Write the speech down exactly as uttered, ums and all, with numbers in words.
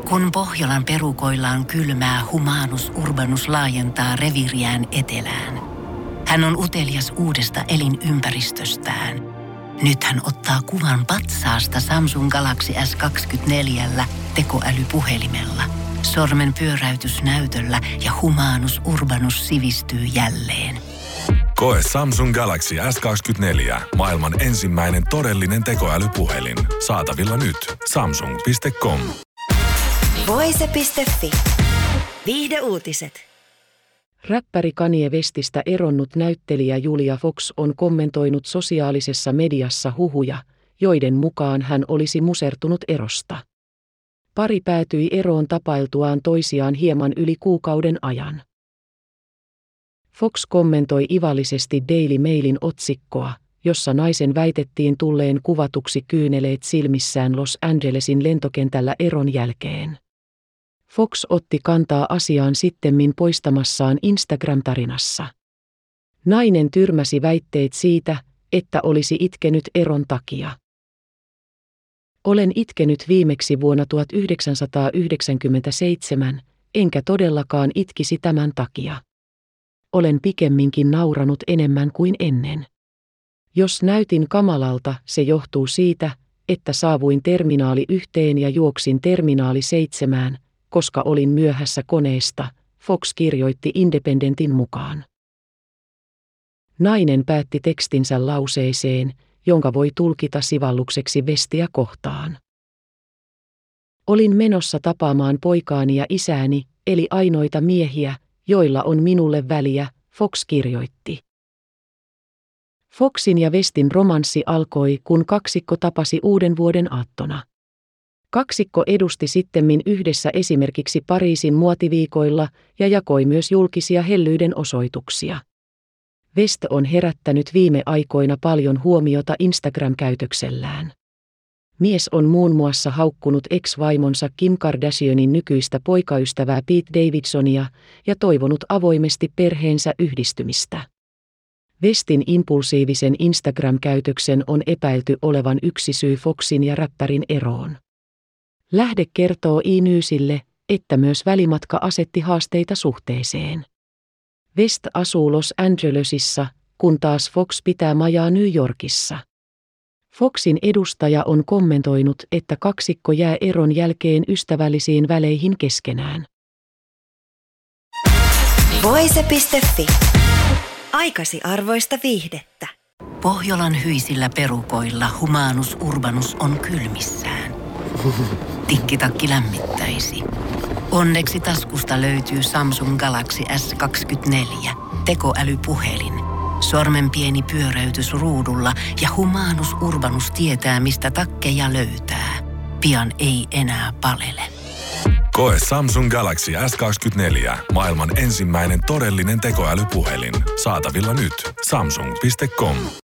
Kun Pohjolan perukoillaan kylmää, Humanus Urbanus laajentaa reviiriään etelään. Hän on utelias uudesta elinympäristöstään. Nyt hän ottaa kuvan patsaasta Samsung Galaxy S kaksikymmentäneljä tekoälypuhelimella. Sormen pyöräytys näytöllä ja Humanus Urbanus sivistyy jälleen. Koe Samsung Galaxy S kaksikymmentäneljä, maailman ensimmäinen todellinen tekoälypuhelin. Saatavilla nyt. samsung piste com. Voise piste fi. Viihdeuutiset. Räppäri Kanye Westistä eronnut näyttelijä Julia Fox on kommentoinut sosiaalisessa mediassa huhuja, joiden mukaan hän olisi musertunut erosta. Pari päätyi eroon tapailtuaan toisiaan hieman yli kuukauden ajan. Fox kommentoi ivallisesti Daily Mailin otsikkoa, jossa naisen väitettiin tulleen kuvatuksi kyyneleet silmissään Los Angelesin lentokentällä eron jälkeen. Fox otti kantaa asiaan sittemmin poistamassaan Instagram-tarinassa. Nainen tyrmäsi väitteet siitä, että olisi itkenyt eron takia. Olen itkenyt viimeksi vuonna tuhatyhdeksänsataayhdeksänkymmentäseitsemän, enkä todellakaan itkisi tämän takia. Olen pikemminkin nauranut enemmän kuin ennen. Jos näytin kamalalta, se johtuu siitä, että saavuin terminaali yhteen ja juoksin terminaali seitsemään, koska olin myöhässä koneesta, Fox kirjoitti Independentin mukaan. Nainen päätti tekstinsä lauseeseen, jonka voi tulkita sivallukseksi Westiä kohtaan. Olin menossa tapaamaan poikaani ja isääni, eli ainoita miehiä, joilla on minulle väliä, Fox kirjoitti. Foxin ja Westin romanssi alkoi, kun kaksikko tapasi uuden vuoden aattona. Kaksikko edusti sittemmin yhdessä esimerkiksi Pariisin muotiviikoilla ja jakoi myös julkisia hellyyden osoituksia. West on herättänyt viime aikoina paljon huomiota Instagram-käytöksellään. Mies on muun muassa haukkunut ex-vaimonsa Kim Kardashianin nykyistä poikaystävää Pete Davidsonia ja toivonut avoimesti perheensä yhdistymistä. Westin impulsiivisen Instagram-käytöksen on epäilty olevan yksi syy Foxin ja räppärin eroon. Lähde kertoo E-Newsille, että myös välimatka asetti haasteita suhteeseen. West asuu Los Angelesissa, kun taas Fox pitää majaa New Yorkissa. Foxin edustaja on kommentoinut, että kaksikko jää eron jälkeen ystävällisiin väleihin keskenään. Voise piste fi. Aikasi arvoista viihdettä. Pohjolan hyisillä perukoilla Humanus Urbanus on kylmissään. Tikkitakki lämmittäisi. Onneksi taskusta löytyy Samsung Galaxy S kaksikymmentäneljä, tekoälypuhelin. Sormen pieni pyöräytys ruudulla ja Humanus Urbanus tietää, mistä takkeja löytää. Pian ei enää palele. Koe Samsung Galaxy S kaksikymmentäneljä, maailman ensimmäinen todellinen tekoälypuhelin. Saatavilla nyt. samsung piste com.